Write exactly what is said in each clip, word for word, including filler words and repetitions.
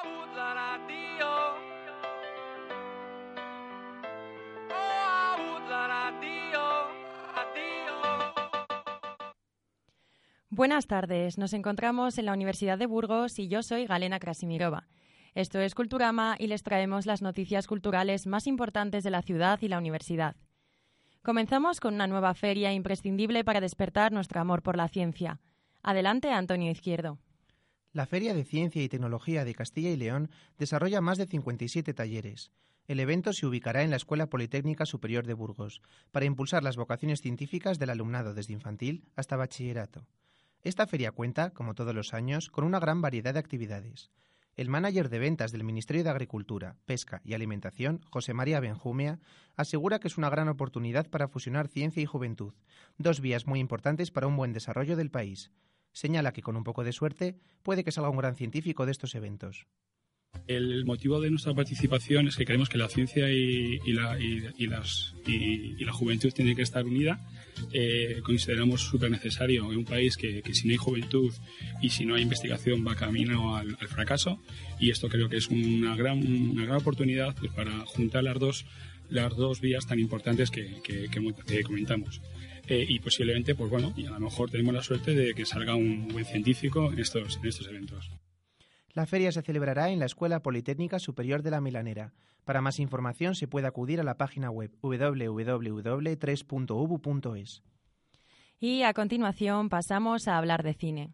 Buenas tardes, nos encontramos en la Universidad de Burgos y yo soy Galena Krasimirova. Esto es Culturama y les traemos las noticias culturales más importantes de la ciudad y la universidad. Comenzamos con una nueva feria imprescindible para despertar nuestro amor por la ciencia. Adelante, Antonio Izquierdo. La Feria de Ciencia y Tecnología de Castilla y León desarrolla más de cincuenta y siete talleres. El evento se ubicará en la Escuela Politécnica Superior de Burgos, para impulsar las vocaciones científicas del alumnado desde infantil hasta bachillerato. Esta feria cuenta, como todos los años, con una gran variedad de actividades. El mánager de ventas del Ministerio de Agricultura, Pesca y Alimentación, José María Benjumea, asegura que es una gran oportunidad para fusionar ciencia y juventud, dos vías muy importantes para un buen desarrollo del país. Señala que con un poco de suerte puede que salga un gran científico de estos eventos. El motivo de nuestra participación es que creemos que la ciencia y, y, la, y, y, las, y, y la juventud tienen que estar unida. Eh, consideramos súper necesario en un país que, que si no hay juventud y si no hay investigación va camino al, al fracaso, y esto creo que es una gran, una gran oportunidad pues, para juntar las dos, las dos vías tan importantes que, que, que, que comentamos. Eh, y posiblemente, pues bueno, y a lo mejor tenemos la suerte de que salga un buen científico en estos, en estos eventos. La feria se celebrará en la Escuela Politécnica Superior de la Milanera. Para más información se puede acudir a la página web doble u doble u doble u punto tres punto u b u punto es. Y a continuación pasamos a hablar de cine.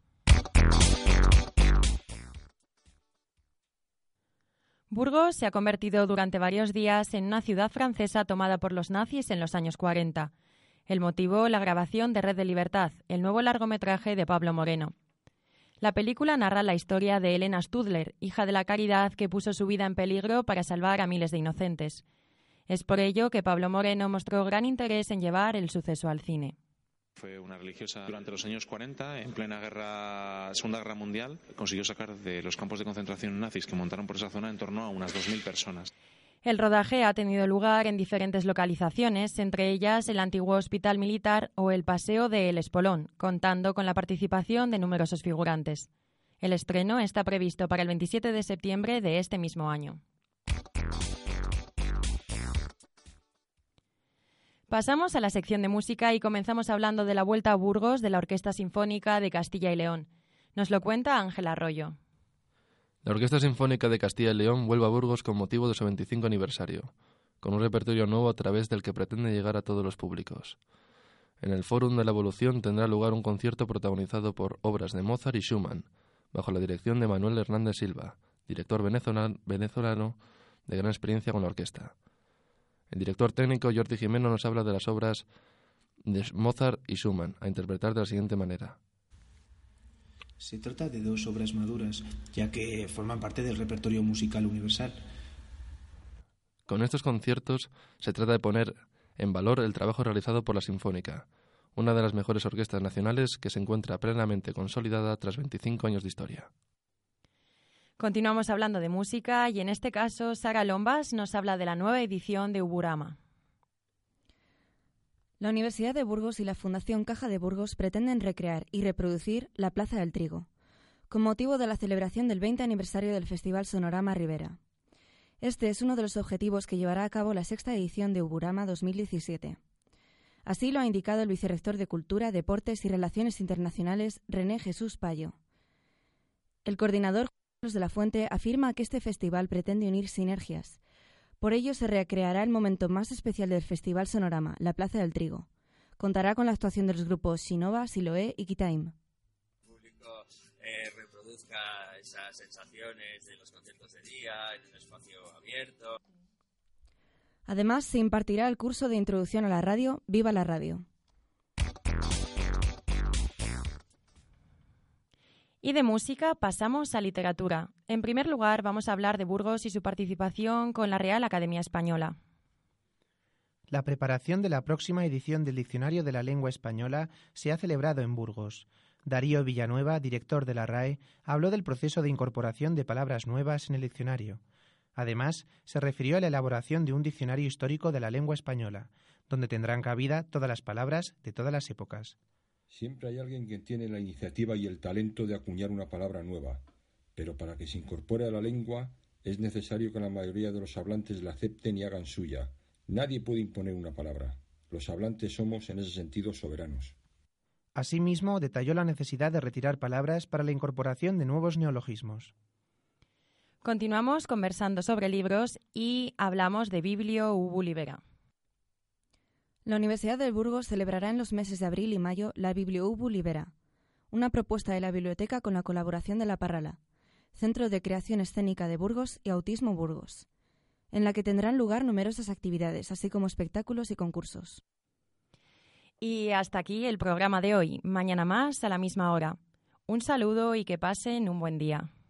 Burgos se ha convertido durante varios días en una ciudad francesa tomada por los nazis en los años cuarenta. El motivo, la grabación de Red de Libertad, el nuevo largometraje de Pablo Moreno. La película narra la historia de Elena Studler, hija de la Caridad que puso su vida en peligro para salvar a miles de inocentes. Es por ello que Pablo Moreno mostró gran interés en llevar el suceso al cine. Fue una religiosa durante los años cuarenta, en plena guerra, Segunda Guerra Mundial. Consiguió sacar de los campos de concentración nazis que montaron por esa zona en torno a unas dos mil personas. El rodaje ha tenido lugar en diferentes localizaciones, entre ellas el antiguo hospital militar o el Paseo de El Espolón, contando con la participación de numerosos figurantes. El estreno está previsto para el veintisiete de septiembre de este mismo año. Pasamos a la sección de música y comenzamos hablando de la vuelta a Burgos de la Orquesta Sinfónica de Castilla y León. Nos lo cuenta Ángel Arroyo. La Orquesta Sinfónica de Castilla y León vuelve a Burgos con motivo de su veinticinco aniversario, con un repertorio nuevo a través del que pretende llegar a todos los públicos. En el Fórum de la Evolución tendrá lugar un concierto protagonizado por obras de Mozart y Schumann, bajo la dirección de Manuel Hernández Silva, director venezolano de gran experiencia con la orquesta. El director técnico Jordi Jimeno nos habla de las obras de Mozart y Schumann, a interpretar de la siguiente manera. Se trata de dos obras maduras, ya que forman parte del repertorio musical universal. Con estos conciertos se trata de poner en valor el trabajo realizado por la Sinfónica, una de las mejores orquestas nacionales que se encuentra plenamente consolidada tras veinticinco años de historia. Continuamos hablando de música y en este caso Sara Lombas nos habla de la nueva edición de Uburama. La Universidad de Burgos y la Fundación Caja de Burgos pretenden recrear y reproducir la Plaza del Trigo, con motivo de la celebración del veinte aniversario del Festival Sonorama Ribera. Este es uno de los objetivos que llevará a cabo la sexta edición de Uburama dos mil diecisiete. Así lo ha indicado el vicerrector de Cultura, Deportes y Relaciones Internacionales, René Jesús Payo. El coordinador Carlos de la Fuente afirma que este festival pretende unir sinergias. Por ello se recreará el momento más especial del Festival Sonorama, la Plaza del Trigo. Contará con la actuación de los grupos Sinova, Siloé y Kitaim. El público eh, reproduzca esas sensaciones de los conciertos de día, en un espacio abierto. Además, se impartirá el curso de introducción a la radio Viva la Radio. Y de música pasamos a literatura. En primer lugar, vamos a hablar de Burgos y su participación con la Real Academia Española. La preparación de la próxima edición del Diccionario de la Lengua Española se ha celebrado en Burgos. Darío Villanueva, director de la R A E, habló del proceso de incorporación de palabras nuevas en el diccionario. Además, se refirió a la elaboración de un diccionario histórico de la lengua española, donde tendrán cabida todas las palabras de todas las épocas. Siempre hay alguien que tiene la iniciativa y el talento de acuñar una palabra nueva. pero para que se incorpore a la lengua es necesario que la mayoría de los hablantes la acepten y hagan suya. Nadie puede imponer una palabra. Los hablantes somos, en ese sentido, soberanos. Asimismo, detalló la necesidad de retirar palabras para la incorporación de nuevos neologismos. Continuamos conversando sobre libros y hablamos de Biblio Ubu Libera. La Universidad de Burgos celebrará en los meses de abril y mayo la Biblio Ubu Libera, una propuesta de la biblioteca con la colaboración de La Parrala, Centro de Creación Escénica de Burgos y Autismo Burgos, en la que tendrán lugar numerosas actividades, así como espectáculos y concursos. Y hasta aquí el programa de hoy. Mañana más a la misma hora. Un saludo y que pasen un buen día.